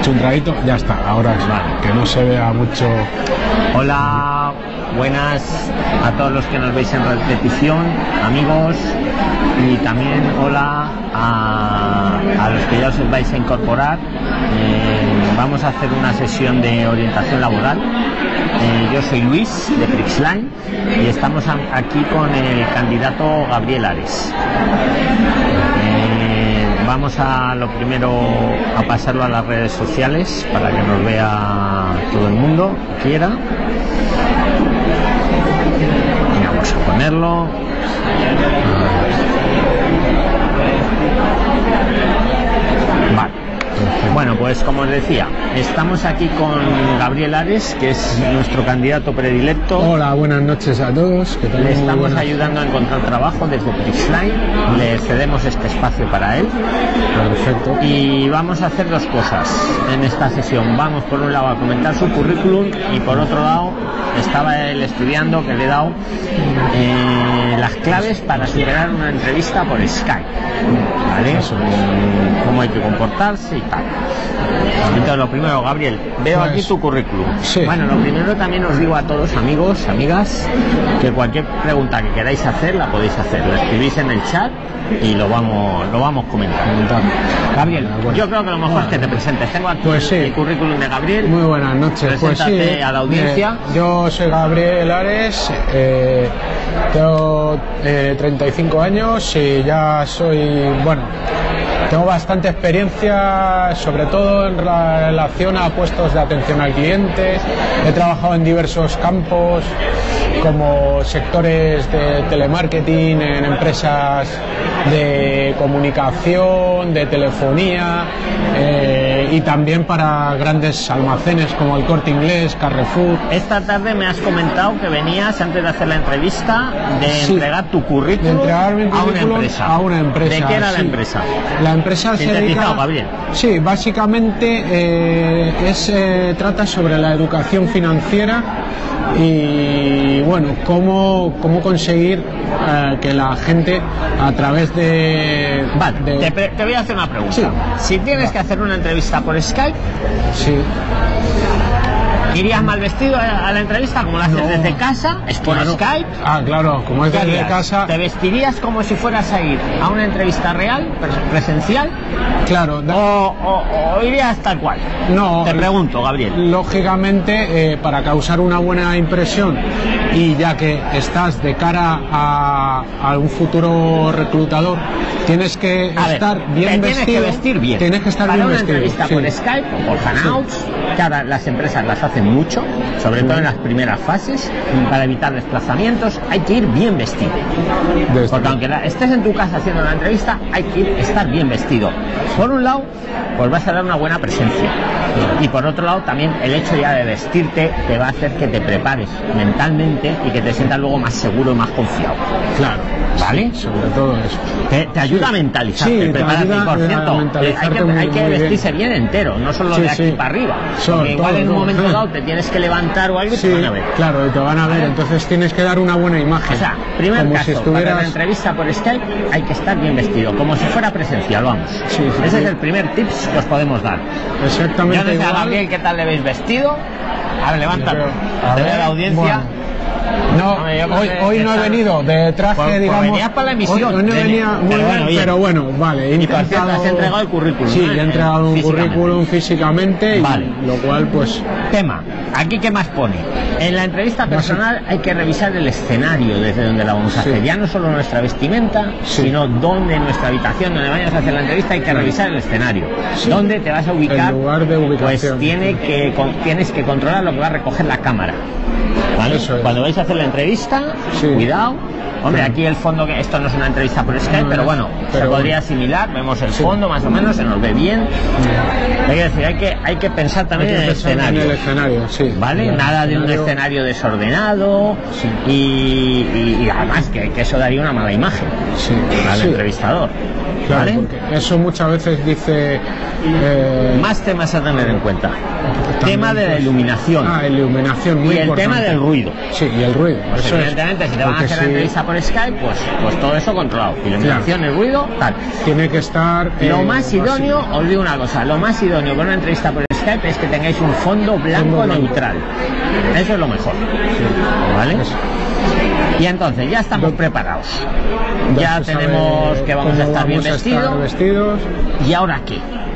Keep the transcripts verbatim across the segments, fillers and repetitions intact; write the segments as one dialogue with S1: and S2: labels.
S1: Chundradito, ya está, ahora es vale, que no se vea mucho.
S2: Hola, buenas a todos los que nos veis en repetición, amigos, y también hola a, a los que ya os vais a incorporar. Eh, vamos a hacer una sesión de orientación laboral. Eh, yo soy Luis de Prixline y estamos a, aquí con el candidato Gabriel Ares. Eh, vamos a lo primero a pasarlo a las redes sociales para que nos vea todo el mundo que quiera. Y vamos a ponerlo. Vale. Bueno, pues como os decía, estamos aquí con Gabriel Ares, que es nuestro candidato predilecto.
S1: Hola, buenas noches a todos. ¿Qué tal?
S2: Le estamos
S1: buenas...
S2: ayudando a encontrar trabajo desde Prixline. Le cedemos este espacio para él.
S1: Perfecto.
S2: Y vamos a hacer dos cosas en esta sesión. Vamos por un lado a comentar su currículum y por otro lado estaba él estudiando que le he dado eh, las claves para superar una entrevista por Skype. ¿Vale? Eso. Cómo hay que comportarse y tal. Entonces, lo primero, Gabriel, veo pues, aquí tu currículum.
S1: Sí.
S2: Bueno, lo primero también os digo a todos, amigos, amigas, que cualquier pregunta que queráis hacer, la podéis hacer. La escribís en el chat y lo vamos lo vamos comentando. Gabriel, bueno, yo creo que lo mejor bueno, es que te presentes. Tengo aquí pues sí. el currículum de Gabriel.
S1: Muy buenas noches.
S2: Preséntate
S1: pues sí,
S2: a la audiencia.
S1: Eh, yo soy Gabriel Ares, eh, tengo eh, treinta y cinco años y ya soy, bueno, tengo bastante experiencia, sobre todo en relación a puestos de atención al cliente. He trabajado en diversos campos, como sectores de telemarketing, en empresas de comunicación, de telefonía, eh, y también para grandes almacenes como el Corte Inglés, Carrefour.
S2: Esta tarde me has comentado que venías, antes de hacer la entrevista, de sí, entregar tu currículum,
S1: de entregar mi
S2: currículum a una empresa.
S1: A una empresa.
S2: ¿De qué era
S1: sí.
S2: la empresa?
S1: La empresa se dedica...
S2: Gabriel.
S1: Sí, básicamente eh, es, eh, trata sobre la educación financiera y bueno, cómo, cómo conseguir eh, que la gente a través de...
S2: Vale,
S1: de...
S2: Te, pre te voy a hacer una pregunta.
S1: Sí.
S2: Si tienes que hacer una entrevista por Skype,
S1: sí.
S2: ¿irías mal vestido a la entrevista como la haces no. desde casa? ¿Es por
S1: claro.
S2: Skype?
S1: Ah, claro, como es desde casa.
S2: ¿Te vestirías como si fueras a ir a una entrevista real, presencial?
S1: Claro. Da...
S2: O, o, ¿O irías tal cual?
S1: No.
S2: Te pregunto, Gabriel.
S1: Lógicamente, eh, para causar una buena impresión y ya que estás de cara a, a un futuro reclutador, tienes que
S2: a
S1: estar
S2: ver,
S1: bien
S2: te
S1: vestido.
S2: Tienes que vestir bien.
S1: Tienes que estar
S2: para
S1: bien
S2: una
S1: vestido.
S2: entrevista
S1: sí.
S2: por Skype o por Hangouts, sí. que ahora las empresas las hacen mucho, sobre sí. todo en las primeras fases, sí. para evitar desplazamientos, hay que ir bien vestido. Desde Porque aunque la, estés en tu casa haciendo la entrevista, hay que ir, estar bien vestido. Por un lado, pues vas a dar una buena presencia. Y por otro lado, también el hecho ya de vestirte te va a hacer que te prepares mentalmente y que te sientas luego más seguro y más confiado.
S1: Claro.
S2: ¿Vale?
S1: Sí, sobre todo eso.
S2: Te, te ayuda sí. a mentalizarte.
S1: Sí, te ayuda
S2: por cierto,
S1: a
S2: hay que,
S1: muy,
S2: hay que vestirse bien. bien entero, no solo sí, de aquí sí. para arriba. Porque igual todo, en un momento todo. dado te tienes que levantar o algo y
S1: sí,
S2: te van a ver.
S1: Claro, y te van a ver, entonces tienes que dar una buena imagen.
S2: O sea, primer
S1: como
S2: caso,
S1: si estuvieras...
S2: para la entrevista por Skype hay que estar bien vestido, como si fuera presencial, vamos.
S1: Sí, sí,
S2: Ese
S1: sí.
S2: es el primer tips que os podemos dar.
S1: Exactamente.
S2: Yo desde a Gabriel, ¿qué tal le veis vestido? A ver, levántalo. A ver, la audiencia.
S1: Bueno. No, no hoy, hoy no he venido de traje,
S2: pues,
S1: digamos.
S2: Pues para la emisión.
S1: Hoy, hoy no venía muy pero bien, bueno, pero bueno, vale. He
S2: y
S1: intentado...
S2: por cierto, has entregado el currículum.
S1: Sí,
S2: ¿no?
S1: he entregado un currículum físicamente,
S2: vale.
S1: y lo cual, pues.
S2: Tema. Aquí, ¿qué más pone? En la entrevista personal no sé. hay que revisar el escenario desde donde la vamos a hacer. Sí. Ya no solo nuestra vestimenta, sí. sino donde en nuestra habitación, donde vayas a hacer la entrevista, hay que sí. revisar el escenario. Sí. ¿Dónde te vas a ubicar?
S1: El lugar de ubicación.
S2: Pues tiene que, con, tienes que controlar lo que va a recoger la cámara. ¿Vale? Es. Cuando vais a hacer la entrevista, sí. cuidado. Hombre, sí. aquí el fondo, que esto no es una entrevista por Skype, no, pero bueno, pero se podría asimilar, vemos el sí. fondo más o menos, se nos ve bien. Sí. Hay que decir, hay que, hay que pensar también
S1: que
S2: en el
S1: pensar
S2: escenario.
S1: En el escenario, sí.
S2: ¿Vale?
S1: El
S2: Nada
S1: escenario...
S2: de un escenario desordenado
S1: sí.
S2: y, y, y además que, que eso daría una mala imagen
S1: sí.
S2: al
S1: sí.
S2: entrevistador.
S1: Claro,
S2: ¿vale?
S1: Porque eso muchas veces dice... Eh...
S2: Más temas a tener en cuenta. Tema de la iluminación.
S1: Ah, iluminación, muy
S2: y el
S1: importante.
S2: tema del ruido.
S1: Sí, y el ruido.
S2: Pues
S1: eso
S2: evidentemente,
S1: es,
S2: si te van a hacer
S1: si...
S2: la entrevista por por Skype, pues, pues todo eso controlado. Iluminación, claro. El ruido, tal.
S1: Tiene que estar...
S2: Lo
S1: eh,
S2: más idóneo, básico. Os digo una cosa, lo más idóneo con una entrevista por Skype es que tengáis un fondo blanco, fondo blanco. neutral. Eso es lo mejor. Sí. ¿Vale? Eso. Y entonces ya estamos Do, preparados. Ya tenemos que vamos a estar bien vestidos. vestidos. ¿Y ahora qué?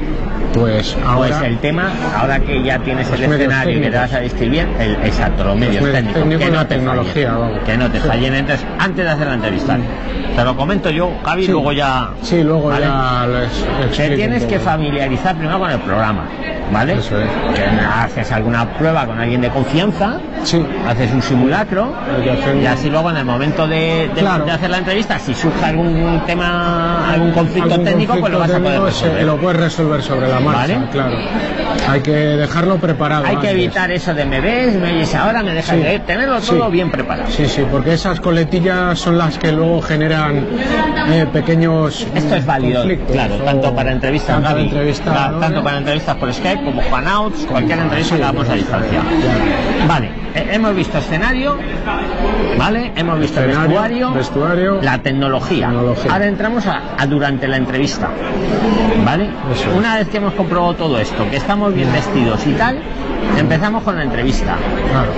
S1: Pues ahora...
S2: Pues el tema, ahora que ya tienes el escenario y que te vas a vestir bien, el, exacto, los medios, los medios técnicos,
S1: técnicos,
S2: que no
S1: la
S2: te
S1: tecnología,
S2: fallen,
S1: vamos.
S2: que no te fallen. Entonces, antes de hacer la entrevista, te lo comento yo, Javi,
S1: sí.
S2: luego ya...
S1: Sí, luego
S2: ¿vale?
S1: ya les
S2: te tienes que familiarizar primero con el programa, ¿vale?
S1: Eso es.
S2: Que haces alguna prueba con alguien de confianza,
S1: sí.
S2: haces un simulacro, y así luego en el momento de, de, claro. de hacer la entrevista, si surge algún tema, algún conflicto
S1: algún
S2: técnico,
S1: conflicto
S2: pues lo vas a poder resolver.
S1: Se, lo puedes resolver sobre la marcha, ¿vale? Claro. Hay que dejarlo preparado.
S2: Hay que
S1: antes.
S2: evitar eso de me ves, me oyes ahora, me dejas
S1: sí.
S2: de ir, tenerlo todo
S1: sí.
S2: bien preparado.
S1: Sí, sí, porque esas coletillas son las que luego generan eh, pequeños
S2: Esto es válido, claro, tanto para entrevistas,
S1: tanto,
S2: Gaby,
S1: entrevista,
S2: la,
S1: ¿no?
S2: tanto para entrevistas por Skype como Hangouts, cualquier entrevista sí, que hagamos a distancia. Ya. Vale, eh, hemos visto escenario, ¿vale? Hemos visto escenario, el vestuario,
S1: vestuario,
S2: la tecnología. tecnología. Ahora entramos a, a durante la entrevista, ¿vale? Eso es. Una vez que hemos comprobado todo esto, que estamos bien vestidos y tal, empezamos con la entrevista. Claro.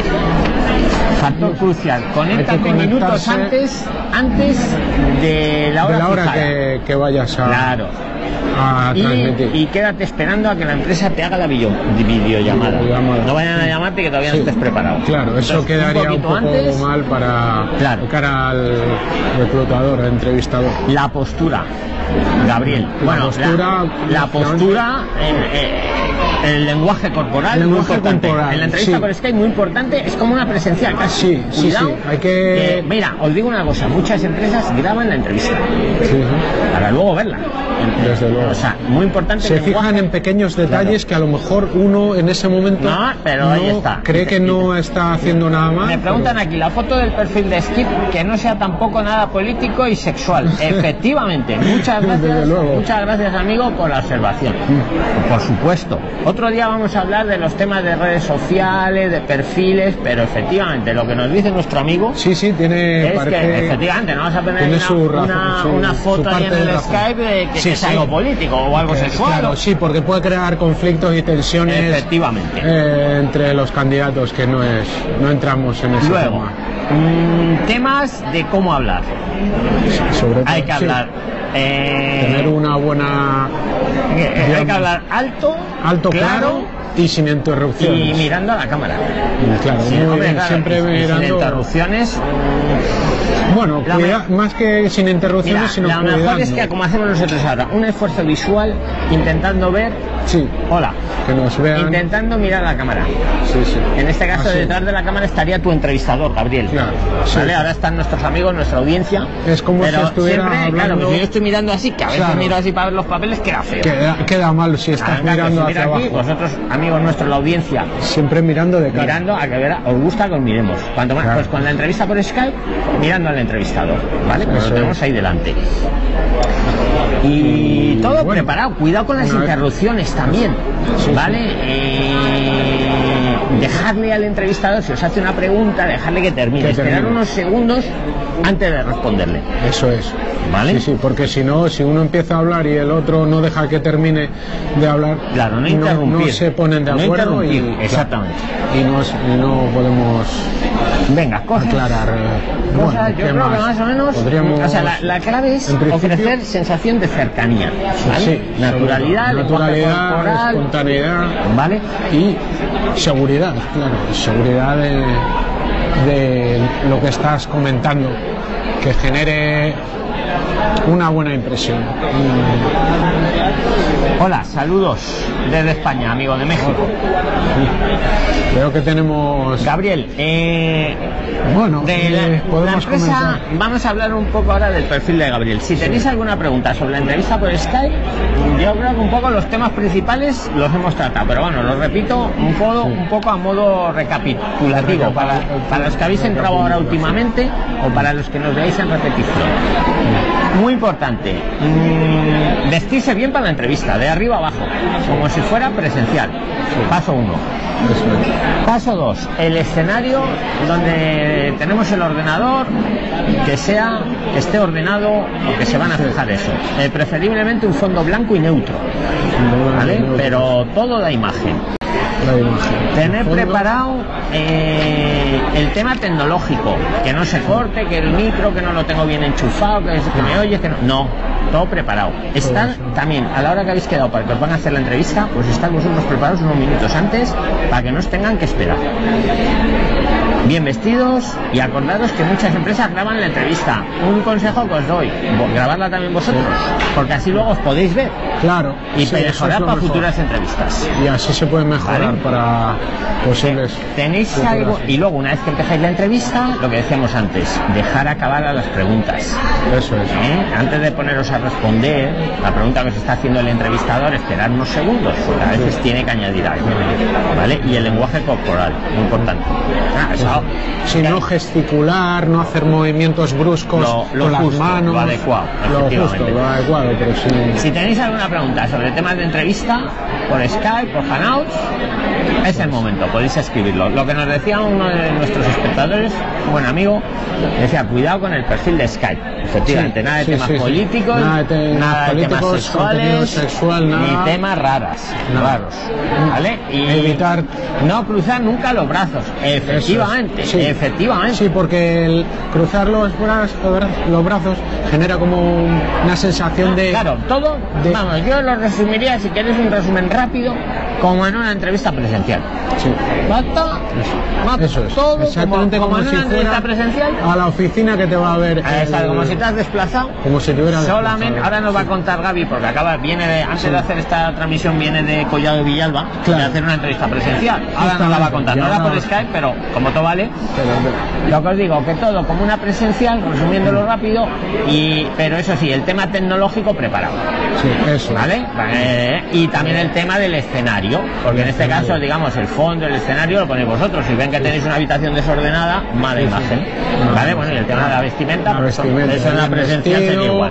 S2: Factor crucial, conéctate minutos antes antes de la hora,
S1: de la hora
S2: que,
S1: que vayas a,
S2: claro.
S1: a
S2: y,
S1: transmitir.
S2: Y quédate esperando a que la empresa te haga la video, videollamada. videollamada. No vayan a llamarte que todavía sí. no estés preparado.
S1: Claro, eso entonces, quedaría un, un poco antes, mal para
S2: claro.
S1: cara al reclutador, al entrevistador.
S2: La postura, Gabriel.
S1: La
S2: bueno,
S1: postura,
S2: la, la postura, en, en, el lenguaje corporal, el lenguaje muy importante. Corporal, en la entrevista sí. por Skype muy importante, es como una presencial casi.
S1: Sí, sí,
S2: Cuidado,
S1: sí. Hay que...
S2: que... Mira, os digo una cosa, muchas empresas graban la entrevista sí, sí. para luego verla.
S1: Desde luego.
S2: O sea, muy importante.
S1: Se fijan lenguaje... en pequeños detalles claro. que a lo mejor uno en ese momento
S2: no, pero
S1: no
S2: ahí está.
S1: cree que no está haciendo nada más.
S2: Me preguntan pero... aquí la foto del perfil de Skip que no sea tampoco nada político y sexual. Efectivamente, muchas gracias, muchas gracias amigo por la observación. Mm. Por supuesto. Otro día vamos a hablar de los temas de redes sociales, de perfiles, pero efectivamente lo que nos dice nuestro amigo
S1: sí, sí, tiene
S2: es que efectivamente no vamos a poner una,
S1: su razón,
S2: una,
S1: su,
S2: una foto ahí en el
S1: de
S2: Skype de que,
S1: sí,
S2: que es
S1: sí.
S2: algo político o algo
S1: que,
S2: sexual.
S1: Claro,
S2: o...
S1: sí, porque puede crear conflictos y tensiones
S2: efectivamente
S1: eh, entre los candidatos que no es no entramos en ese
S2: Luego,
S1: tema.
S2: Mmm, temas de cómo hablar.
S1: Sí, sobre todo,
S2: hay que hablar.
S1: Sí.
S2: Eh,
S1: tener una buena.
S2: Eh, digamos, hay que hablar alto,
S1: alto, claro. claro y sin interrupciones.
S2: Y mirando a la cámara.
S1: Claro,
S2: sí,
S1: muy
S2: hombre,
S1: bien,
S2: claro,
S1: siempre
S2: y,
S1: mirando.
S2: Y sin interrupciones.
S1: Bueno, cuida, más que sin interrupciones,
S2: mira,
S1: sino
S2: lo
S1: cuidando.
S2: mejor es que, como hacemos nosotros ahora, un esfuerzo visual intentando ver.
S1: Sí.
S2: Hola.
S1: Que nos vean.
S2: Intentando mirar a la cámara.
S1: Sí, sí.
S2: En este caso, Así. detrás de la cámara estaría tu entrevistador, Gabriel.
S1: Claro.
S2: ¿Vale?
S1: Sí.
S2: Ahora están nuestros amigos, nuestra audiencia.
S1: Es como
S2: pero
S1: si estuviera
S2: siempre,
S1: hablando...
S2: claro, pues si yo estoy mirando así, que a veces claro. miro así para ver los papeles, queda feo.
S1: Queda, queda mal si estás
S2: Venga,
S1: mirando
S2: pues si
S1: hacia
S2: mira aquí,
S1: abajo.
S2: Vosotros, amigos nuestros, la audiencia.
S1: Siempre mirando de cara.
S2: Mirando a que verá, os gusta que os miremos. Cuanto más, claro. pues con la entrevista por Skype, mirando al entrevistador. ¿Vale? Pues lo tenemos es. ahí delante. Y, y todo bueno, preparado. Cuidado con las interrupciones también. Sí, ¿vale? Sí. Eh, dejarle al entrevistador, si os hace una pregunta, dejarle que termine. Que Esperar termine. unos segundos antes de responderle.
S1: Eso es.
S2: ¿Vale?
S1: Sí, sí, porque si no, si uno empieza a hablar y el otro no deja que termine de hablar,
S2: claro, no, interrumpir,
S1: no, no se ponen de
S2: no
S1: acuerdo y,
S2: exactamente.
S1: Y no, y no podemos
S2: Venga, cosas,
S1: aclarar.
S2: Cosas, bueno, yo creo más? que más o menos, Podríamos, o sea, la, la clave es ofrecer sensación de cercanía, ¿vale? Sí, naturalidad,
S1: naturalidad,
S2: corporal,
S1: espontaneidad,
S2: ¿vale?
S1: Y seguridad, claro, seguridad de, de lo que estás comentando, que genere una buena impresión.
S2: Hola, saludos desde España, amigo de México.
S1: Creo que tenemos...
S2: Gabriel, eh,
S1: bueno,
S2: de la,
S1: eh, podemos
S2: la empresa,
S1: comenzar.
S2: Vamos a hablar un poco ahora del perfil de Gabriel. Si tenéis sí. alguna pregunta sobre la entrevista por Skype, yo creo que un poco los temas principales los hemos tratado, pero bueno, lo repito un poco, sí. un poco a modo recapitulativo, Recap para, para los que habéis entrado ahora últimamente o para los que nos veáis en repetición. Muy importante, mmm, vestirse bien para la entrevista, de arriba abajo, como si fuera presencial.
S1: Sí.
S2: Paso uno.
S1: Eso es.
S2: Paso dos, el escenario donde tenemos el ordenador, que sea, que esté ordenado o que se van a fijar eso. Eh, preferiblemente un fondo blanco y neutro, ¿vale? Pero todo da imagen.
S1: La imagen.
S2: Tener preparado eh, el tema tecnológico, que no se corte, que el micro, que no lo tengo bien enchufado, que, que me oyes, que no. No, todo preparado. Estar también, a la hora que habéis quedado para que os van a hacer la entrevista, pues estar vosotros preparados unos minutos antes para que no os tengan que esperar. Bien vestidos, y acordaros que muchas empresas graban la entrevista. Un consejo que os doy, grabarla también vosotros, porque así luego os podéis ver.
S1: Claro.
S2: Y
S1: sí,
S2: mejorar para
S1: mejor.
S2: Futuras entrevistas.
S1: Y así se puede mejorar, ¿vale? Para posibles.
S2: Tenéis
S1: futuras.
S2: algo, y luego una vez que empezáis la entrevista, lo que decíamos antes, dejar acabar a las preguntas.
S1: Eso es.
S2: ¿Eh? Antes de poneros a responder la pregunta que os está haciendo el entrevistador, esperar unos segundos, porque a veces sí. tiene que añadir algo, ¿vale? Y el lenguaje corporal, muy importante. Ah, eso,
S1: si no gesticular, no hacer movimientos bruscos
S2: lo, lo
S1: con
S2: justo,
S1: las manos,
S2: lo adecuado,
S1: lo justo, lo adecuado, pero sí.
S2: Si tenéis alguna pregunta sobre temas de entrevista, por Skype, por Hangouts, es el momento, podéis escribirlo. Lo que nos decía uno de nuestros espectadores, un buen amigo, decía, cuidado con el perfil de Skype. Efectivamente, sí, nada de sí, temas sí, políticos,
S1: sí. nada de, te
S2: nada de
S1: políticos,
S2: temas sexuales,
S1: sexual, nada.
S2: ni temas raras,
S1: nada.
S2: raros, ¿vale? Y
S1: evitar
S2: no cruzar nunca los brazos, efectivamente,
S1: sí.
S2: efectivamente.
S1: Sí, porque el cruzar los brazos, los brazos genera como una sensación de...
S2: Claro, todo, de... vamos, yo lo resumiría, si queréis un resumen rápido, como en una entrevista presencial.
S1: Sí.
S2: Basta, basta,
S1: eso es.
S2: todo
S1: exactamente
S2: como, como,
S1: como
S2: en una
S1: si
S2: entrevista presencial.
S1: A la oficina que te va a ver.
S2: El... Está, como si te has desplazado.
S1: Como si te hubieras
S2: solamente, ahora nos va a contar Gaby, porque acaba, viene de, antes sí. de hacer esta transmisión, viene de Collado de Villalba, claro. de hacer una entrevista presencial. Ahora nos la va a contar, no era por Skype, pero como todo vale. Pero, pero. Lo que os digo, que todo como una presencial, resumiéndolo rápido, y, pero eso sí, el tema tecnológico preparado.
S1: Sí, eso.
S2: ¿Vale? Eh, y también el tema del escenario, porque en este caso, digamos, el fondo, el escenario lo ponéis vosotros. Si ven que tenéis una habitación desordenada, mala imagen. ¿Vale? Bueno, y el tema de la vestimenta,
S1: la vestimenta
S2: eso en la presencial sería igual.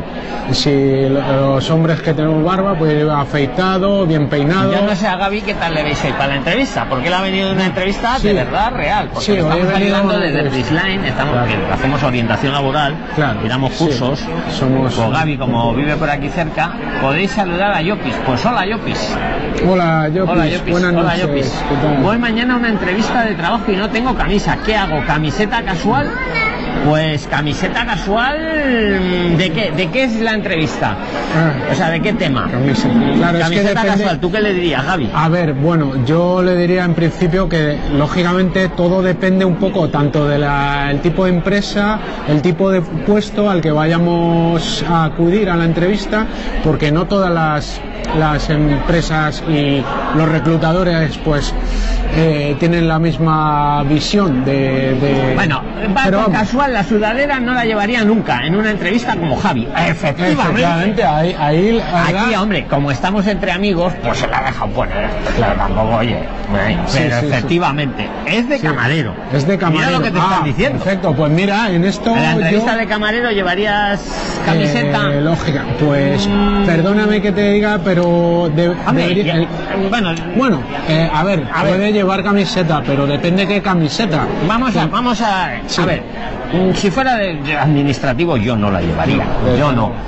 S1: Si los hombres que tenemos barba, pues ir afeitado, bien peinado.
S2: Yo no sé a Gaby qué tal le veis hoy para la entrevista, porque él ha venido de una entrevista sí. de verdad real. Porque
S1: sí,
S2: estamos ayudando desde Prisline, estamos,
S1: claro.
S2: que hacemos orientación laboral, claro. y damos cursos.
S1: Sí. Somos...
S2: Pues Gaby, como vive por aquí cerca, podéis saludar a Llopis. Pues hola, Llopis.
S1: Hola, Llopis.
S2: Hola, Llopis.
S1: Buenas
S2: Hola,
S1: noches.
S2: Llopis. Voy mañana a una entrevista de trabajo y no tengo camisa. ¿Qué hago? ¿Camiseta casual? Pues camiseta casual, ¿de qué? ¿De qué es la entrevista? Ah, o sea, ¿de qué tema?
S1: Camiseta, claro,
S2: camiseta
S1: es que depende...
S2: casual, ¿tú qué le dirías, Gaby?
S1: A ver, bueno, yo le diría en principio que lógicamente todo depende un poco tanto del de tipo de empresa, el tipo de puesto al que vayamos a acudir a la entrevista, porque no todas las las empresas y los reclutadores pues eh, tienen la misma visión de, de...
S2: bueno, pero con casual la sudadera no la llevaría nunca en una entrevista como Javi. Efectivamente,
S1: efectivamente ahí, ahí
S2: aquí, hombre, como estamos entre amigos, pues se la ha dejado poner, claro, tampoco, oye, pero sí, sí, efectivamente sí. es de
S1: sí.
S2: camarero.
S1: Es de camarero.
S2: Mira lo que te
S1: ah,
S2: están diciendo.
S1: Perfecto, pues mira, en esto
S2: en la entrevista
S1: yo...
S2: de camarero llevarías camiseta.
S1: Eh, lógica, pues mm. perdóname que te diga, pero de,
S2: Hombre,
S1: debería,
S2: ya, bueno,
S1: bueno eh, a ver, a puede ver. llevar camiseta, pero depende qué camiseta.
S2: Vamos a, vamos a, sí. a ver, si fuera de, de administrativo yo no la llevaría, de yo no.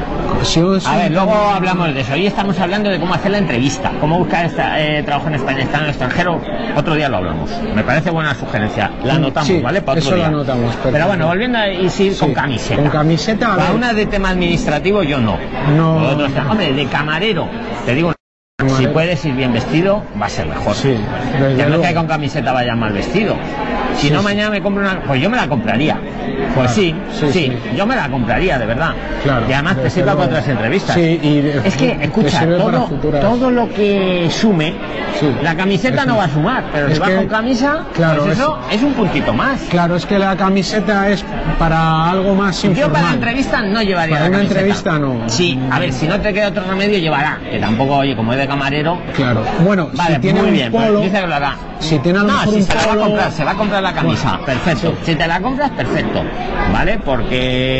S1: Si
S2: a ver, luego hablamos de eso. Hoy estamos hablando de cómo hacer la entrevista, cómo buscar esta, eh, trabajo en España, estar en el extranjero. Otro día lo hablamos. Me parece buena sugerencia. La anotamos,
S1: sí,
S2: ¿vale? Para otro
S1: eso
S2: día.
S1: la anotamos. Perfecto.
S2: Pero bueno, volviendo a ir sí, con camiseta.
S1: Con camiseta.
S2: Para una de tema administrativo yo no.
S1: No.
S2: Otros, hombre, de camarero, te digo. Si puedes ir bien vestido, va a ser mejor.
S1: Sí,
S2: ya no es que con camiseta vaya mal vestido. Si sí, no, sí. mañana me compro una... Pues yo me la compraría. Pues claro, sí, sí, sí, sí, yo me la compraría, de verdad.
S1: Claro,
S2: y además te sirva para otras entrevistas.
S1: Sí, y de,
S2: es que, escucha, todo, todo lo que sume, sí, la camiseta no va a sumar, pero
S1: es
S2: si vas con camisa,
S1: claro,
S2: pues eso es, es un puntito más.
S1: Claro, es que la camiseta es para algo más informal.
S2: Yo para la entrevista no llevaría
S1: para
S2: la
S1: una
S2: camiseta.
S1: entrevista no.
S2: Sí, a ver, si no te queda otro remedio, llevará. Que tampoco, oye, como es de camarero...
S1: Claro, bueno,
S2: vale,
S1: si tiene
S2: muy
S1: un
S2: bien,
S1: polo...
S2: pues dice que lo hará.
S1: Si tiene a lo
S2: no,
S1: mejor
S2: si
S1: un
S2: se
S1: polo...
S2: la va a comprar, se va a comprar la camisa, bueno, perfecto. Sí. Si te la compras, perfecto, ¿vale? Porque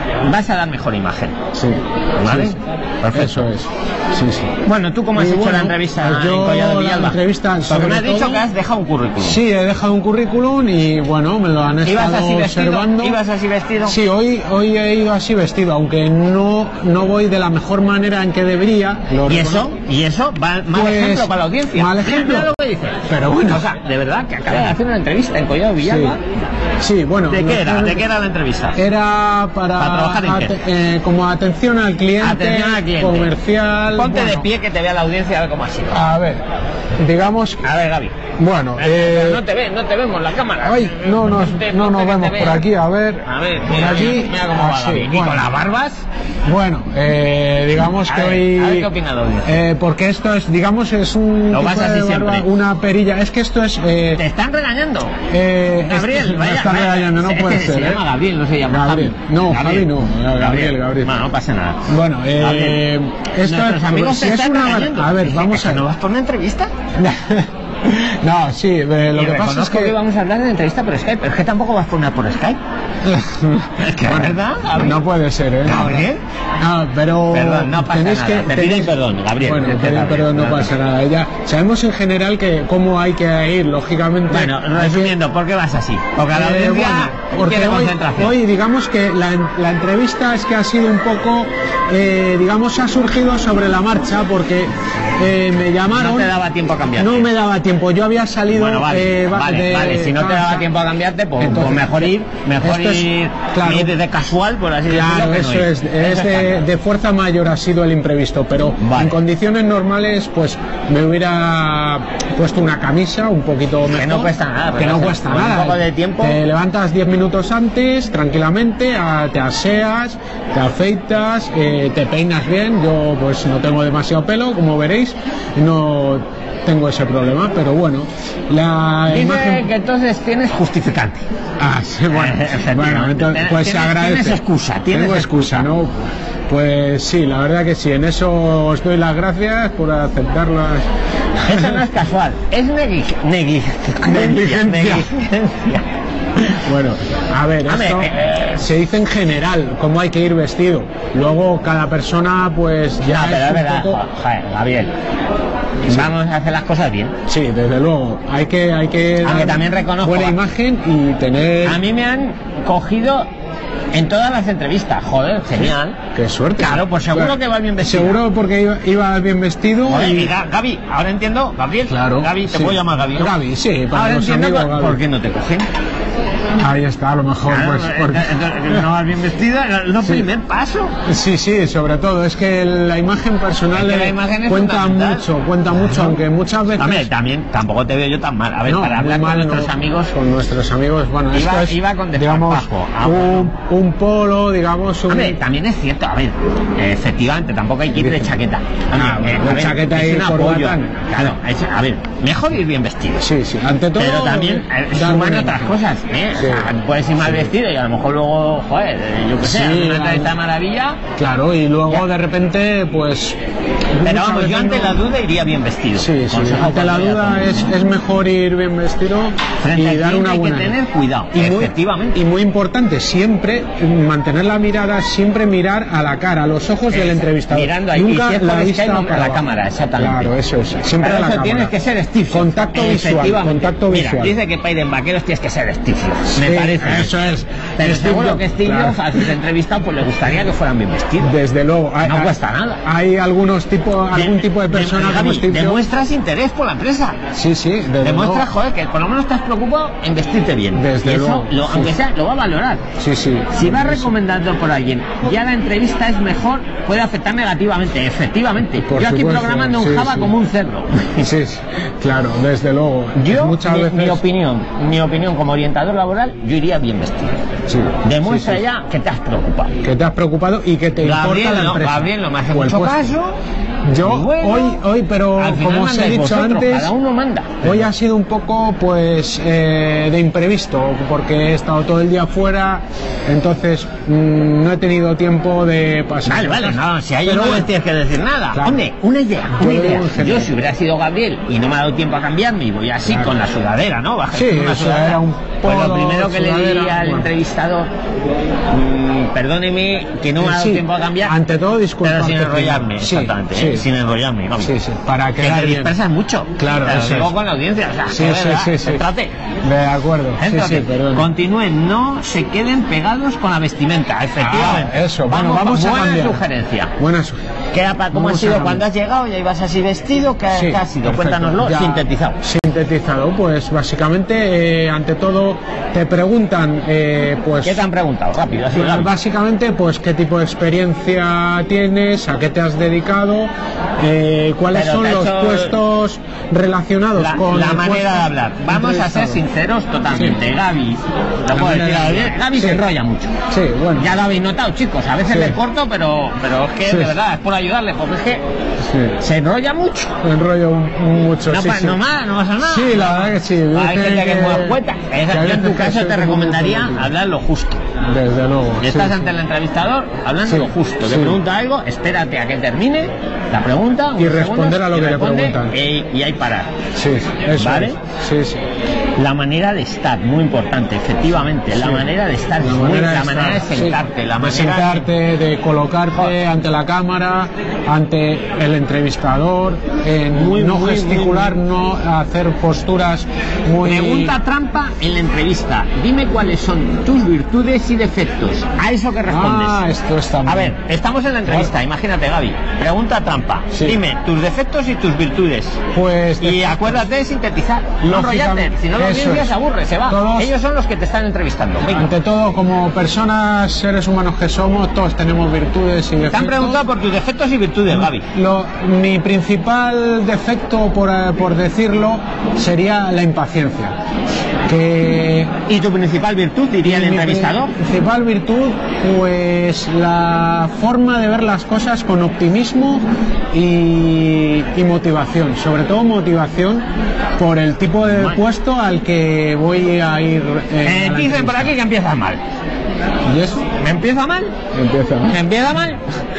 S2: vas a dar mejor imagen.
S1: Sí.
S2: ¿Vale?
S1: Sí, sí.
S2: Perfecto.
S1: Eso es. Sí, sí.
S2: Bueno, ¿tú cómo has
S1: Y
S2: hecho
S1: bueno,
S2: la entrevista
S1: pues yo
S2: en Collado de
S1: la
S2: Villalba?
S1: entrevista,
S2: Porque
S1: sobre
S2: me has dicho
S1: todo-
S2: que has dejado un currículum.
S1: Sí, he dejado un currículum y bueno, me lo han
S2: ¿Ibas
S1: estado
S2: así vestido?
S1: observando.
S2: ¿Ibas así vestido?
S1: Sí, hoy, hoy he ido así vestido, aunque no, no voy de la mejor manera en que debería. Lo
S2: ¿Y
S1: reconozco.
S2: eso? ¿Y eso? ¿Mal, mal
S1: Pues,
S2: ejemplo para la audiencia?
S1: mal
S2: Mira,
S1: ejemplo.
S2: mira lo que dice.
S1: Pero bueno.
S2: O sea, de verdad, que acaba de hacer una entrevista en Collado de Villalba.
S1: Sí, sí, bueno.
S2: ¿De qué era?
S1: no-
S2: ¿De qué era la entrevista?
S1: Era para,
S2: ¿Para trabajar en qué?
S1: ate- eh, como atención al cliente,
S2: Atención al cliente.
S1: comercial.
S2: Ponte de
S1: bueno,
S2: pie que te vea la audiencia a ver cómo ha sido.
S1: A ver, digamos,
S2: A ver, Gaby.
S1: bueno, eh,
S2: no te ve, no te vemos la cámara.
S1: ay, no nos,
S2: Te-
S1: no nos
S2: te-
S1: vemos
S2: te
S1: por
S2: vea.
S1: aquí, a ver,
S2: A ver,
S1: por
S2: mira,
S1: aquí,
S2: mira cómo va
S1: así,
S2: Gaby. ¿Y
S1: bueno.
S2: con las barbas?
S1: Bueno, eh, digamos
S2: A
S1: que
S2: ver,
S1: hoy,
S2: a ver qué opina la audiencia.
S1: eh, porque esto es, digamos, es un
S2: Lo
S1: tipo
S2: vas
S1: de
S2: así
S1: barba,
S2: siempre.
S1: una perilla, es que esto es, eh,
S2: Te están regañando.
S1: eh,
S2: Gabriel,
S1: esto- me
S2: vaya,
S1: están
S2: vaya,
S1: regañando, no
S2: es
S1: puede
S2: que
S1: ser,
S2: se
S1: ¿eh?
S2: llama Gabriel, no se llama
S1: Gabriel.
S2: Javi.
S1: No, Javi no, Gabriel, Gabriel.
S2: Bueno, no pasa nada.
S1: Bueno, eh,
S2: Gabriel.
S1: esto
S2: Nuestros
S1: es,
S2: amigos
S1: si
S2: te
S1: es
S2: están
S1: una,
S2: regañando.
S1: a ver,
S2: Dice,
S1: vamos
S2: ¿que
S1: a
S2: ¿No vas por una entrevista?
S1: No, sí, eh, lo
S2: Y
S1: que pasa es
S2: reconozco
S1: que,
S2: que vamos a hablar de la entrevista por Skype, pero es que tampoco vas por una por Skype. Es que,
S1: Bueno,
S2: ¿verdad, Gabriel?
S1: no puede ser, ¿eh?
S2: ¿Gabriel?
S1: No, pero
S2: Perdón, no pasa
S1: tenéis
S2: nada.
S1: que
S2: Te
S1: tenéis-
S2: pido perdón, Gabriel.
S1: Bueno,
S2: Te-
S1: pedir
S2: Gabriel,
S1: perdón no
S2: no,
S1: pasa
S2: no.
S1: nada. Ya sabemos en general que cómo hay que ir, lógicamente.
S2: Bueno,
S1: hay que-
S2: resumiendo, ¿por qué vas así? Porque a la
S1: Eh,
S2: audiencia
S1: bueno, porque
S2: quiere
S1: hoy,
S2: concentración.
S1: hoy digamos que la, la entrevista es que ha sido un poco, eh, digamos, ha surgido sobre la marcha porque eh, me llamaron.
S2: No te daba tiempo a cambiar.
S1: No me daba tiempo. Yo había salido.
S2: Bueno, vale,
S1: eh, va-
S2: vale,
S1: de
S2: vale. Si no te
S1: casa.
S2: daba tiempo a cambiarte, pues,
S1: Entonces,
S2: pues mejor ir, mejor
S1: esto es-
S2: ir,
S1: claro.
S2: ir de casual, por así decirlo.
S1: Claro,
S2: que no
S1: eso
S2: ir.
S1: es,
S2: Eso
S1: es
S2: está
S1: de,
S2: claro.
S1: de fuerza mayor ha sido el imprevisto, pero
S2: Vale.
S1: en condiciones normales pues me hubiera puesto una camisa un poquito mejor.
S2: Que no cuesta nada,
S1: Que
S2: pero
S1: no
S2: con-
S1: cuesta
S2: con un
S1: nada.
S2: poco de tiempo.
S1: Te levantas diez minutos antes, tranquilamente, a- te aseas, te afeitas, eh, te peinas bien. Yo pues no tengo demasiado pelo, como veréis, no tengo ese problema, pero bueno, la
S2: Dice
S1: imagen...
S2: que entonces tienes justificante.
S1: Ah, sí, bueno,
S2: Efectivamente.
S1: bueno, entonces, pues se
S2: Tienes-
S1: agradece.
S2: tienes excusa, tienes
S1: Tengo excusa, ¿no? Pues sí, la verdad que sí, en eso os doy las gracias por aceptarlas.
S2: Eso no es casual, es negli negligencia.
S1: Negligencia.
S2: negligencia.
S1: Bueno, a ver,
S2: Hombre,
S1: esto
S2: eh,
S1: se dice en general, cómo hay que ir vestido. Luego cada persona, pues ya
S2: No, pero es
S1: un
S2: verdad,
S1: poco...
S2: joder, Gabriel. Vamos a hacer las cosas bien.
S1: Sí, desde luego, hay que, hay que
S2: Aunque
S1: dar
S2: también reconozco-
S1: buena imagen y tener...
S2: A mí me han cogido en todas las entrevistas, joder, genial.
S1: Qué suerte.
S2: Claro, pues seguro
S1: Claro,
S2: que va bien vestido.
S1: Seguro porque iba, iba bien vestido.
S2: Joder,
S1: y...
S2: y Ga- Gaby, ahora entiendo, Gabriel,
S1: Claro,
S2: Gaby, te
S1: sí.
S2: puedo llamar Gaby, ¿no?
S1: Gaby, sí, para
S2: Ahora
S1: los
S2: entiendo
S1: amigos,
S2: por,
S1: Gaby.
S2: por qué no te cogen.
S1: Ahí está, a lo mejor,
S2: Claro,
S1: pues, porque...
S2: entonces, entonces, no vas bien vestida, no
S1: Sí.
S2: primer paso.
S1: Sí, sí, sobre todo, es que la imagen personal
S2: Es que la
S1: eh,
S2: imagen es
S1: cuenta
S2: fundamental.
S1: mucho, cuenta mucho, aunque muchas veces...
S2: Hombre, también tampoco te veo yo tan mal. A ver,
S1: No,
S2: para
S1: muy
S2: hablar
S1: mal,
S2: con nuestros
S1: no.
S2: amigos,
S1: Con nuestros amigos, bueno,
S2: Iba-
S1: esto es,
S2: iba con
S1: digamos,
S2: desparpajo. Ah,
S1: un, un polo, digamos, un...
S2: hombre, también es cierto, a ver, eh, efectivamente, tampoco hay que ir de chaqueta. Hombre,
S1: Ah, bueno,
S2: eh,
S1: de
S2: a ver,
S1: chaqueta
S2: es
S1: y
S2: un apoyo.
S1: corbata.
S2: Claro, es- a ver, mejor ir bien vestido.
S1: Sí, sí, ante todo...
S2: Pero también eh,
S1: dar
S2: suman
S1: buena
S2: otras
S1: imagen.
S2: cosas, ¿eh?
S1: Sí.
S2: O sea, puedes ir mal
S1: Sí.
S2: vestido y a lo mejor luego, joder, eh, yo qué sé,
S1: Sí,
S2: hacer una
S1: la-
S2: entrevista de maravilla.
S1: Claro, y luego
S2: Ya.
S1: de repente, pues...
S2: Pero
S1: muchas
S2: vamos, yo
S1: veces
S2: ante
S1: no-
S2: la duda iría bien vestido.
S1: Sí, sí,
S2: Consejo
S1: ante la
S2: cuando vaya
S1: duda
S2: con-
S1: es, es mejor ir bien vestido
S2: Frente
S1: y
S2: al
S1: dar
S2: cliente
S1: una
S2: hay
S1: buena...
S2: que tener cuidado,
S1: y muy,
S2: efectivamente.
S1: y muy importante, siempre mantener la mirada, siempre mirar a la cara, a los ojos del
S2: Exacto,
S1: entrevistador.
S2: mirando ahí,
S1: Nunca
S2: y si es por
S1: la
S2: Skype,
S1: vista
S2: no,
S1: para
S2: a la
S1: abajo.
S2: cámara, exactamente.
S1: Claro, eso es. Siempre
S2: Para
S1: a la
S2: eso
S1: cámara.
S2: tienes que ser Steve Jobs.
S1: Contacto visual,
S2: Efectivamente.
S1: contacto
S2: Mira,
S1: visual.
S2: dice que para ir en vaqueros tienes que ser Steve Jobs. Me
S1: Sí,
S2: parece.
S1: eso es.
S2: Pero
S1: Steve
S2: seguro
S1: Jobs,
S2: que Steve
S1: claro.
S2: Jobs, al ser entrevistado, pues le gustaría que fueran bien vestidos.
S1: Desde luego. Hay,
S2: No
S1: hay-
S2: cuesta nada.
S1: Hay algunos tipos, algún tipo de persona
S2: Gaby,
S1: como Steve Jobs.
S2: demuestras interés por la empresa.
S1: Sí, sí, desde
S2: Demuestras,
S1: luego.
S2: joder, que por lo menos estás preocupado en vestirte bien.
S1: Desde
S2: y eso,
S1: luego,
S2: lo-
S1: sí.
S2: aunque sea, lo va a valorar.
S1: Sí, sí.
S2: Si vas
S1: Eso.
S2: recomendando por alguien, ya la entrevista es mejor, puede afectar negativamente, efectivamente.
S1: Por
S2: Yo aquí
S1: supuesto,
S2: programando un
S1: sí,
S2: Java
S1: sí.
S2: como un cerdo.
S1: Sí, sí, claro, desde luego.
S2: Yo,
S1: muchas
S2: mi,
S1: veces...
S2: mi opinión, mi opinión como orientador laboral, yo iría bien vestido.
S1: Sí,
S2: Demuestra
S1: sí, sí.
S2: ya que te has preocupado.
S1: Que te has preocupado y que te
S2: Gabriel,
S1: importa la
S2: no,
S1: empresa.
S2: Gabriel no me hace
S1: O el
S2: mucho
S1: puesto.
S2: caso.
S1: Yo,
S2: Y bueno,
S1: hoy, hoy, pero
S2: al final
S1: como os he
S2: mandáis
S1: dicho
S2: vosotros,
S1: antes,
S2: cada uno manda.
S1: hoy ha sido un poco, pues, eh, de imprevisto, porque he estado todo el día fuera, entonces mm, no he tenido tiempo de pasar.
S2: Vale, vale, no, si ahí
S1: Pero
S2: no
S1: bueno,
S2: me tienes que decir nada.
S1: Claro.
S2: Hombre, una idea,
S1: Yo
S2: una
S1: lo
S2: idea.
S1: digo en
S2: Yo
S1: general.
S2: si hubiera sido Gabriel y no me ha dado tiempo a cambiarme y voy así
S1: Claro.
S2: con la sudadera, ¿no? Baja
S1: Sí,
S2: con una
S1: o sea, era un,
S2: Pues lo primero que le diría al bueno. entrevistador, mmm, perdóneme que no me ha dado
S1: sí,
S2: tiempo a cambiar.
S1: Ante todo, disculpa.
S2: Pero sin enrollarme,
S1: sí,
S2: exactamente,
S1: sí.
S2: ¿eh? sin enrollarme. Vamos.
S1: Sí, sí, para
S2: que te dispersas mucho.
S1: Claro,
S2: pero
S1: eso
S2: luego
S1: es.
S2: con la audiencia, o sea,
S1: sí,
S2: de
S1: sí,
S2: verdad,
S1: sí, sí.
S2: Trate.
S1: De acuerdo. Sí, sí, perdón.
S2: Continúen, no se queden pegados con la vestimenta, efectivamente.
S1: Ah, eso, bueno, vamos, vamos a
S2: buena
S1: cambiar.
S2: Sugerencia.
S1: Buena sugerencia.
S2: ¿Cómo ha sido cuando has llegado? ¿Ya ibas así vestido? ¿Qué, sí, ¿qué ha sido? Perfecto. Cuéntanoslo, ya, sintetizado.
S1: Sintetizado, pues básicamente, eh, ante todo, te preguntan, eh, pues...
S2: ¿Qué te han preguntado? Rápido, así,
S1: pues, básicamente, pues, qué tipo de experiencia tienes, a qué te has dedicado, eh, cuáles Pero son los hecho... puestos relacionados
S2: la,
S1: con...
S2: La manera de hablar. Vamos a ser sinceros totalmente. Sí. Gaby, lo puedo decir a Gaby, Gaby sí. se enrolla mucho.
S1: Sí, bueno.
S2: Ya lo habéis notado, chicos, a veces sí. le corto, pero, pero es que sí. de verdad, es por ayudarle, porque es que sí. se enrolla mucho.
S1: Se enrolla un, mucho,
S2: no,
S1: sí,
S2: pa,
S1: sí.
S2: no más, no pasa nada.
S1: Sí, la verdad que sí.
S2: Hay gente que, que es muy escueta. Yo en tu caso te recomendaría hablar lo justo.
S1: Desde luego.
S2: Y estás
S1: sí,
S2: ante
S1: sí.
S2: el entrevistador hablando
S1: sí.
S2: lo justo.
S1: Sí.
S2: Te pregunta algo, espérate a que termine la pregunta.
S1: Y responder segundos, a lo que le preguntan.
S2: Y, y ahí parar.
S1: Sí, eso
S2: ¿vale?
S1: Es. Sí, sí.
S2: La manera de estar, muy importante, efectivamente. Sí. La manera de estar,
S1: la
S2: muy,
S1: manera, de,
S2: la
S1: estar,
S2: manera de sentarte.
S1: Sí.
S2: La
S1: de
S2: manera
S1: sentarte, de, de colocarte Joder. ante la cámara, ante el entrevistador, en muy, no muy, gesticular, muy, muy. no hacer posturas muy...
S2: Pregunta trampa en la entrevista. Dime cuáles son tus virtudes y defectos. A eso que respondes.
S1: Ah, esto está
S2: A ver, estamos en la entrevista, ¿Cuál? imagínate, Gaby. Pregunta trampa. Sí. Dime tus defectos y tus virtudes.
S1: Pues...
S2: Y acuérdate de sintetizar. No enrollarte. Si no, la audiencia se aburre, se va. Todos, Ellos son los que te están entrevistando. Venga.
S1: Ante todo, como personas, seres humanos que somos, todos tenemos virtudes y defectos.
S2: Te han preguntado por tus defectos y virtudes, Gaby.
S1: Lo, mi principal defecto, por, por decirlo, sería la impaciencia. Que...
S2: ¿Y tu principal virtud, diría el entrevistador?
S1: Mi principal virtud, pues la forma de ver las cosas con optimismo y, y motivación. Sobre todo motivación por el tipo de bueno. puesto al que voy a ir.
S2: Eh, eh, dicen por aquí que empiezas mal.
S1: ¿Yes?
S2: ¿Me empieza mal?
S1: Empieza mal.
S2: ¿Me empieza mal?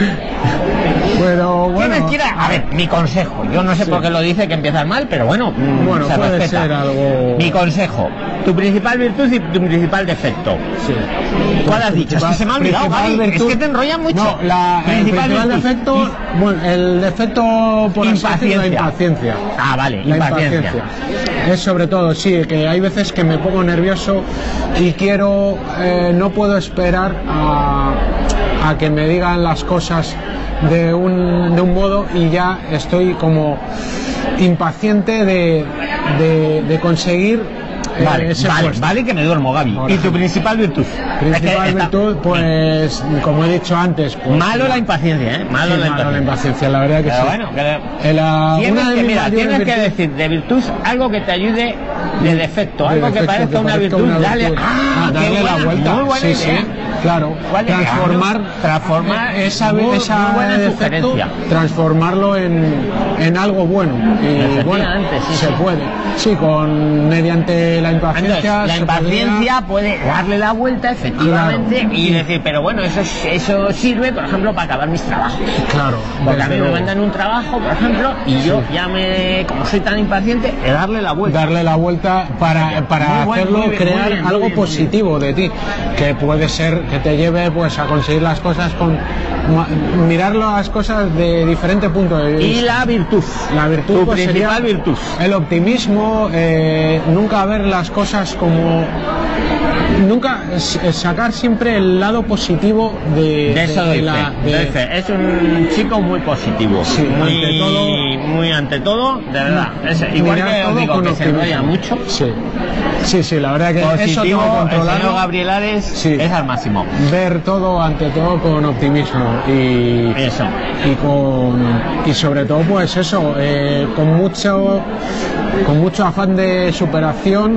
S1: Pero bueno.
S2: ¿Qué me quiera? A ver, mi consejo. Yo no sé sí. por qué lo dice que empiezas mal, pero bueno,
S1: bueno
S2: se
S1: puede
S2: respeta.
S1: ser algo.
S2: Mi consejo. Tu principal virtud y tu principal defecto.
S1: Sí.
S2: ¿Cuál has dicho? Es que se me ha olvidado, Gaby.
S1: Virtud...
S2: Es que te enrollan mucho.
S1: No, la, principal el principal defecto, y... bueno, el defecto por
S2: impaciencia.
S1: la impaciencia.
S2: Ah, vale,
S1: la
S2: impaciencia.
S1: impaciencia. Es sobre todo, sí, que hay veces que me pongo nervioso y quiero, eh, no puedo esperar a, a que me digan las cosas de un, de un modo y ya estoy como impaciente de, de, de conseguir
S2: Vale,
S1: ese
S2: vale,
S1: puesto.
S2: vale que me duermo, Gaby. ¿Y tu principal virtud?
S1: Principal es que virtud, está... pues, como he dicho antes... Pues,
S2: malo la impaciencia, ¿eh? Malo,
S1: sí,
S2: la,
S1: malo
S2: impaciencia.
S1: la impaciencia, la verdad que
S2: Pero
S1: sí.
S2: Bueno, que...
S1: la,
S2: tienes
S1: una
S2: que,
S1: de
S2: mira, tienes
S1: virtud...
S2: que decir de virtud algo que te ayude de defecto,
S1: de
S2: algo
S1: defecto,
S2: que parezca
S1: que
S2: una,
S1: parezca
S2: virtud,
S1: una virtud,
S2: dale, ah,
S1: ah, darle
S2: buena,
S1: la vuelta.
S2: Muy buena
S1: sí,
S2: idea.
S1: sí, claro.
S2: ¿Cuál
S1: transformar,
S2: transformar
S1: esa,
S2: muy,
S1: esa
S2: muy buena
S1: defecto,
S2: sugerencia.
S1: transformarlo en, en algo bueno. Y bueno,
S2: sí,
S1: se
S2: sí.
S1: puede. Sí, con mediante la impaciencia.
S2: Entonces, la impaciencia podría... puede darle la vuelta, efectivamente, claro. y decir, pero bueno, eso, eso sirve, por ejemplo, para acabar mis trabajos.
S1: Claro.
S2: Porque a mí me mandan un trabajo, por ejemplo, y sí. yo ya me, como soy tan impaciente, he darle la vuelta.
S1: Darle la vuelta para, para
S2: buen,
S1: hacerlo,
S2: bien,
S1: crear
S2: bien,
S1: algo
S2: bien,
S1: positivo
S2: bien.
S1: de ti, que puede ser que te lleve pues a conseguir las cosas con mirar las cosas de diferente punto de vista.
S2: Y la virtud.
S1: La virtud
S2: tu
S1: pues,
S2: principal
S1: sería
S2: virtud.
S1: El optimismo, eh, nunca ver las cosas como nunca sacar siempre el lado positivo de,
S2: de eso
S1: de,
S2: de
S1: la
S2: de... es un chico muy positivo,
S1: sí,
S2: muy
S1: ante todo,
S2: muy ante todo, de verdad. Es, igual que os digo que se enrolla mucho.
S1: Sí. Sí, sí, la verdad que
S2: positivo,
S1: eso tengo que controlarlo.
S2: El señor Gabriel Ares sí. es al máximo.
S1: Ver todo ante todo con optimismo y
S2: eso
S1: y con y sobre todo pues eso eh, con mucho con mucho afán de superación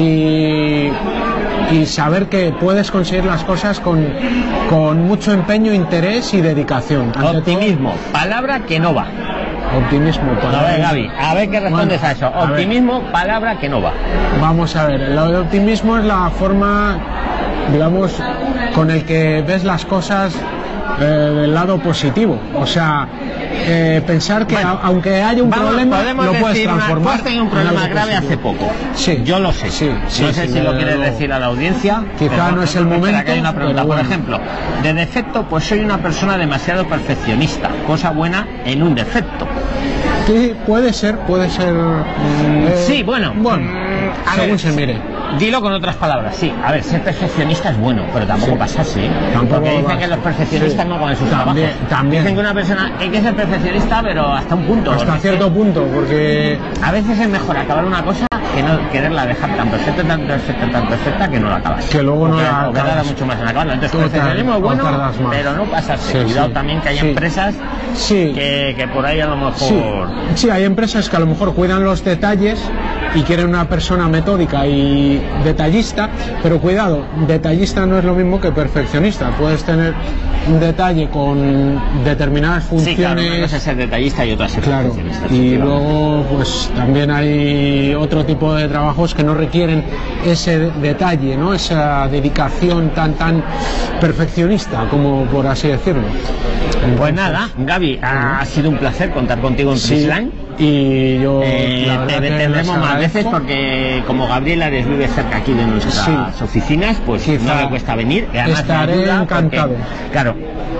S1: y y saber que puedes conseguir las cosas con, con mucho empeño, interés y dedicación. Ante
S2: optimismo, todo, palabra que no va.
S1: Optimismo, palabra.
S2: A ver, Gaby, a ver qué respondes bueno, a eso. Optimismo, a palabra que no va.
S1: Vamos a ver, el optimismo es la forma, digamos, con el que ves las cosas eh, del lado positivo. O sea, eh, pensar que
S2: bueno,
S1: a, aunque haya un
S2: vamos,
S1: problema, lo puedes transformar.
S2: Tú has tenido un problema grave hace poco.
S1: Sí.
S2: Yo lo sé.
S1: Sí, sí,
S2: no sé
S1: sí,
S2: si lo
S1: lo,
S2: quieres decir a la audiencia.
S1: Quizá no es el momento.
S2: Que hay una pregunta.
S1: Bueno.
S2: Por ejemplo, de defecto, pues soy una persona demasiado perfeccionista. Cosa buena en un defecto.
S1: Sí, puede ser, puede ser. Eh,
S2: sí, bueno.
S1: Bueno,
S2: a
S1: según
S2: ver,
S1: se mire.
S2: Dilo con otras palabras, sí. A ver, ser perfeccionista es bueno, pero tampoco sí. pasarse, ¿eh?
S1: Tampoco
S2: Porque dicen
S1: vas...
S2: que los perfeccionistas sí. no comen sus
S1: también,
S2: trabajos.
S1: También.
S2: Dicen que una persona hay que ser perfeccionista, pero hasta un punto.
S1: Hasta cierto que... punto, porque...
S2: A veces es mejor acabar una cosa que no quererla dejar tan perfecta, tan perfecta, tan perfecta que no la acabas.
S1: Que luego no
S2: porque,
S1: la
S2: acabas. Tarda mucho más en acabarla. Entonces, el perfeccionismo es bueno, pero no pasarse.
S1: Sí,
S2: Cuidado
S1: sí.
S2: también que hay
S1: sí.
S2: empresas
S1: sí.
S2: Que, que por ahí a lo mejor...
S1: Sí. sí, hay empresas que a lo mejor cuidan los detalles y quieren una persona metódica y detallista, pero cuidado, detallista no es lo mismo que perfeccionista. Puedes tener un detalle con determinadas funciones.
S2: Sí, claro, una cosa es ser detallista y otra ser
S1: claro,
S2: perfeccionista.
S1: Y luego, pues también hay otro tipo de trabajos que no requieren ese detalle, ¿no? Esa dedicación tan tan perfeccionista, como por así decirlo. Entonces,
S2: pues nada, Gaby, ha, ha sido un placer contar contigo en
S1: sí.
S2: Prixline.
S1: Y yo
S2: eh, te tendremos más veces porque como Gabriel Ares vive cerca aquí de nuestras sí. oficinas, pues Quizá no le cuesta venir. Y además
S1: estaré encantado.
S2: Porque, claro,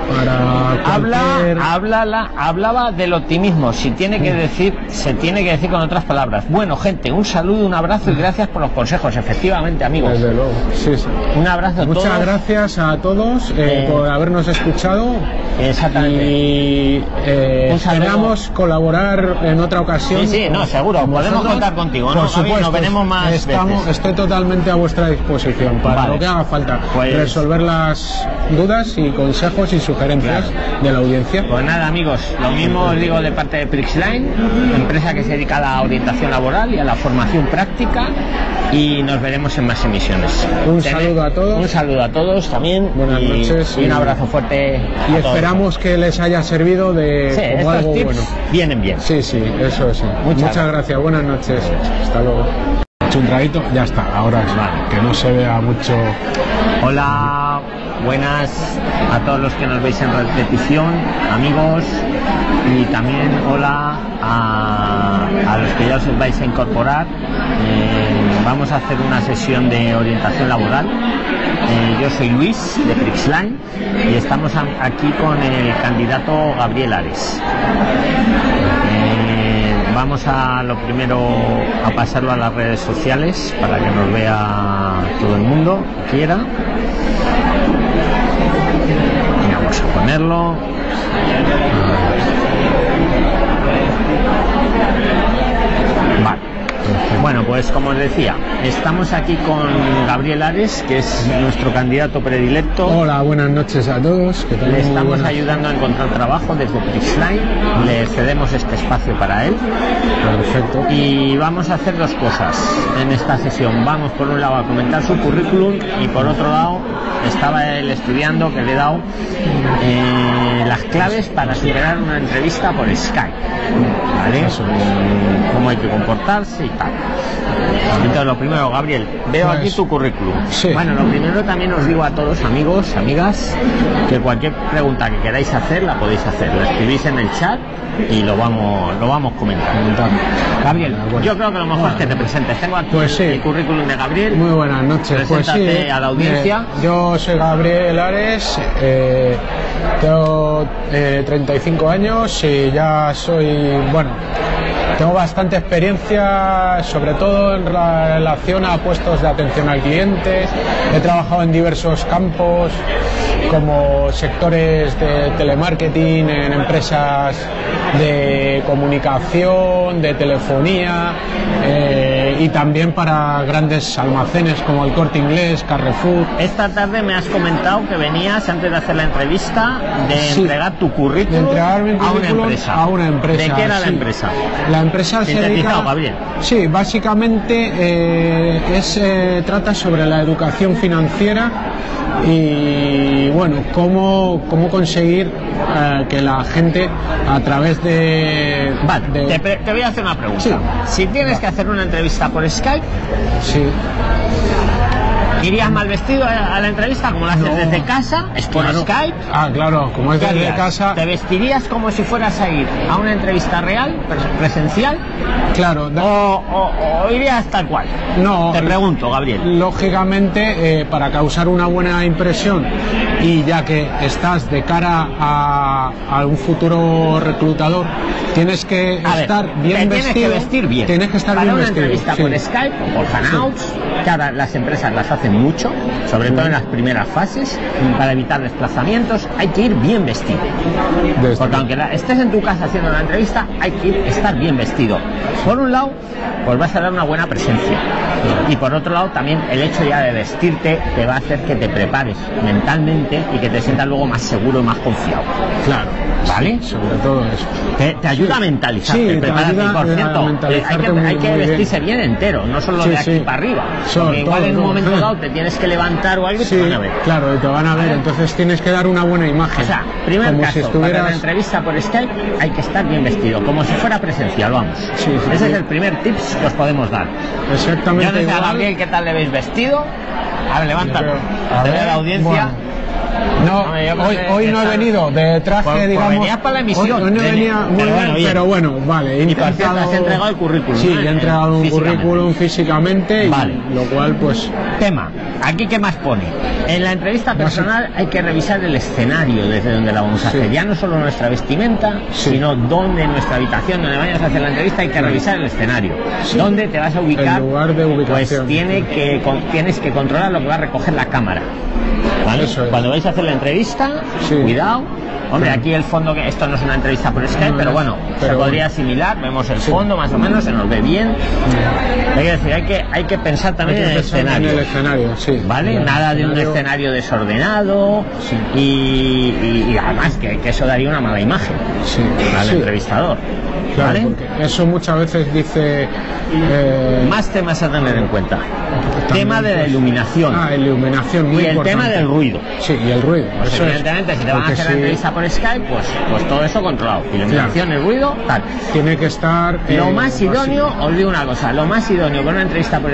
S1: para
S2: habla,
S1: cualquier...
S2: habla, hablaba del optimismo. Si tiene que decir, se tiene que decir con otras palabras. Bueno, gente, un saludo, un abrazo y gracias por los consejos. Efectivamente, amigos.
S1: Desde luego. Sí, sí.
S2: Un abrazo a
S1: Muchas
S2: todos.
S1: gracias a todos eh, eh, por habernos escuchado.
S2: Exactamente.
S1: Y eh, esperamos colaborar en otra ocasión.
S2: Sí, sí, no, seguro, podemos contar contigo, ¿no?
S1: Por supuesto,
S2: nos veremos más
S1: estamos,
S2: veces.
S1: Estoy totalmente a vuestra disposición para vale. lo que haga falta, pues... resolver las dudas y consejos y sugerencias claro. de la audiencia.
S2: Pues nada, amigos, lo mismo os digo de parte de Prixline, empresa que se dedica a la orientación laboral y a la formación práctica, y nos veremos en más emisiones.
S1: Un Ten... saludo a todos.
S2: Un saludo a todos también.
S1: Buenas
S2: y,
S1: noches.
S2: Y un abrazo fuerte.
S1: Y esperamos que les haya servido de
S2: sí,
S1: como algo
S2: tips
S1: bueno.
S2: Vienen bien.
S1: Sí, sí, eso es. Muchas, Muchas gracias. gracias. Buenas noches. Hasta luego. Un traguito, ya está. Ahora es vale. que no se vea mucho.
S2: Hola, buenas a todos los que nos veis en repetición, amigos, y también hola a, a los que ya os vais a incorporar. Eh, vamos a hacer una sesión de orientación laboral. Eh, yo soy Luis de Prixline y estamos a, aquí con el candidato Gabriel Ares. Eh, vamos a lo primero a pasarlo a las redes sociales para que nos vea todo el mundo que quiera. Y vamos a ponerlo. Vale. Bueno, pues como os decía, estamos aquí con Gabriel Ares, que es nuestro candidato predilecto.
S1: Hola, buenas noches a todos. ¿Qué tal?
S2: Le estamos
S1: buenas...
S2: ayudando a encontrar trabajo desde Prixline. Le cedemos este espacio para él.
S1: Perfecto.
S2: Y vamos a hacer dos cosas en esta sesión. Vamos por un lado a comentar su currículum y por otro lado estaba él estudiando, que le he dado eh, las claves para superar una entrevista por Skype. ¿Vale? Eso. Cómo hay que comportarse y tal. Entonces, lo primero, Gabriel, veo pues, aquí tu currículum.
S1: Sí.
S2: Bueno, lo primero también os digo a todos, amigos, amigas, que cualquier pregunta que queráis hacer, la podéis hacer. La escribís en el chat y lo vamos lo vamos comentando. Gabriel, bueno. yo creo que lo mejor es que te presentes. Tengo aquí
S1: pues sí.
S2: el currículum de Gabriel.
S1: Muy buenas noches.
S2: Preséntate
S1: pues sí,
S2: a la audiencia.
S1: Eh, yo soy Gabriel Ares, eh, tengo eh, treinta y cinco años y ya soy, bueno, tengo bastante experiencia, sobre todo en relación a puestos de atención al cliente. He trabajado en diversos campos, como sectores de telemarketing, en empresas de comunicación, de telefonía, eh, y también para grandes almacenes como el Corte Inglés, Carrefour.
S2: Esta tarde me has comentado que venías, antes de hacer la entrevista, de sí, entregar tu currículum,
S1: currículum
S2: a una empresa.
S1: A una empresa.
S2: ¿De qué era
S1: sí.
S2: la empresa?
S1: La empresa se dedica...
S2: Gabriel.
S1: Sí, básicamente eh, es, eh, trata sobre la educación financiera y bueno, cómo, cómo conseguir eh, que la gente a través de...
S2: Vale,
S1: de...
S2: Te, te voy a hacer una pregunta.
S1: Sí.
S2: Si tienes que hacer una entrevista por Skype,
S1: sí.
S2: ¿Irías mal vestido a la entrevista como lo haces
S1: No.
S2: desde casa? ¿Es por
S1: Claro.
S2: Skype?
S1: Ah, claro, como es
S2: ¿Qué
S1: desde
S2: harías?
S1: casa.
S2: ¿Te vestirías como si fueras a ir a una entrevista real, pres- presencial?
S1: Claro, da-
S2: ¿O, o- o irías tal cual?
S1: no.
S2: Te pregunto, Gabriel.
S1: Lógicamente, eh, para causar una buena impresión y ya que estás de cara a, a un futuro reclutador, tienes que
S2: A ver,
S1: estar
S2: te
S1: bien
S2: tienes
S1: vestido.
S2: que vestir bien.
S1: Tienes que estar
S2: Para
S1: bien
S2: una
S1: vestido.
S2: entrevista
S1: sí.
S2: por Skype o por Hangouts, que ahora las empresas las hacen mucho, sobre todo en las primeras fases, para evitar desplazamientos, hay que ir bien vestido.
S1: Desde-
S2: Porque aunque la- estés en tu casa haciendo la entrevista, hay que ir, estar bien vestido. Por un lado, pues vas a dar una buena presencia. Y por otro lado, también el hecho ya de vestirte te va a hacer que te prepares mentalmente y que te sientas luego más seguro y más confiado.
S1: Claro.
S2: ¿Vale?
S1: Sobre todo eso.
S2: Te, te ayuda a mentalizarte,
S1: Sí, te
S2: prepararte.
S1: ayuda
S2: Y por
S1: a
S2: cierto,
S1: mentalizarte
S2: hay que,
S1: muy-
S2: hay que
S1: muy bien.
S2: vestirse bien. entero, no solo
S1: Sí,
S2: de aquí
S1: sí.
S2: para arriba.
S1: Sobre
S2: Porque igual
S1: todo,
S2: en un
S1: no.
S2: momento dado te tienes que levantar o algo y
S1: Sí,
S2: te van a ver.
S1: claro, y te van a ver,
S2: ¿Vale?
S1: entonces tienes que dar una buena imagen.
S2: O sea, primer
S1: como
S2: caso,
S1: si
S2: para
S1: estuvieras.
S2: la entrevista por Skype hay que estar bien vestido, como si fuera presencial, vamos.
S1: Sí, sí,
S2: Ese
S1: sí.
S2: es el primer tips que os podemos dar.
S1: Exactamente
S2: Yo no sé a
S1: igual.
S2: Gabriel qué tal le veis vestido. A ver, levántalo.
S1: Yo creo- a
S2: Te
S1: ver,
S2: veo la audiencia.
S1: bueno. No,
S2: Hombre, yo creo
S1: hoy,
S2: que
S1: hoy no he
S2: esa-
S1: venido de traje,
S2: Pues- pues
S1: digamos.
S2: venías para la emisión.
S1: Hoy, hoy no
S2: Vení.
S1: venía muy
S2: Pero
S1: bien,
S2: bueno, bien.
S1: pero bueno, vale. He
S2: Y por cierto,
S1: intentado-
S2: has entregado el currículum,
S1: Sí,
S2: ¿no?
S1: he entregado un
S2: Físicamente.
S1: currículum físicamente, y
S2: Vale.
S1: lo cual, pues.
S2: Tema, aquí qué más pone. En la entrevista personal hay que revisar el escenario desde donde la vamos a
S1: Sí.
S2: hacer. Ya no solo nuestra vestimenta,
S1: Sí.
S2: sino donde en nuestra habitación, donde vayas a hacer la entrevista, hay que revisar el escenario.
S1: Sí.
S2: ¿Dónde te vas a ubicar?
S1: El lugar de ubicación.
S2: Pues tiene que, con- tienes que controlar lo que va a recoger la cámara. ¿Vale?
S1: Eso es.
S2: Cuando vais a hacer la entrevista,
S1: Sí.
S2: cuidado. Hombre,
S1: Claro.
S2: aquí el fondo, que esto no es una entrevista por Skype,
S1: No,
S2: pero
S1: no,
S2: bueno, se
S1: pero
S2: podría
S1: bueno.
S2: asimilar, vemos el
S1: Sí.
S2: fondo más o menos, se nos ve bien. Hay que decir, hay que, hay que pensar
S1: Hay
S2: también
S1: que
S2: en el
S1: pensar en
S2: escenario.
S1: el escenario, sí.
S2: ¿Vale?
S1: En el
S2: Nada de un escenario desordenado
S1: Sí.
S2: y, y- y además que, que eso daría una mala imagen
S1: Sí,
S2: al
S1: sí.
S2: entrevistador.
S1: Claro,
S2: ¿Vale?
S1: porque eso muchas veces dice. eh,
S2: Más temas a tener en cuenta.
S1: también,
S2: Tema de la
S1: pues,
S2: iluminación
S1: Ah, iluminación, muy
S2: y el
S1: importante.
S2: tema del ruido.
S1: Sí, y el ruido.
S2: Pues
S1: eso es.
S2: evidentemente, si te van a
S1: Porque
S2: hacer la
S1: si
S2: entrevista por Skype, pues, pues todo eso controlado. Iluminación, el ruido, tal.
S1: Tiene que estar.
S2: Lo
S1: eh,
S2: más idóneo, os digo una cosa, lo más idóneo para una entrevista por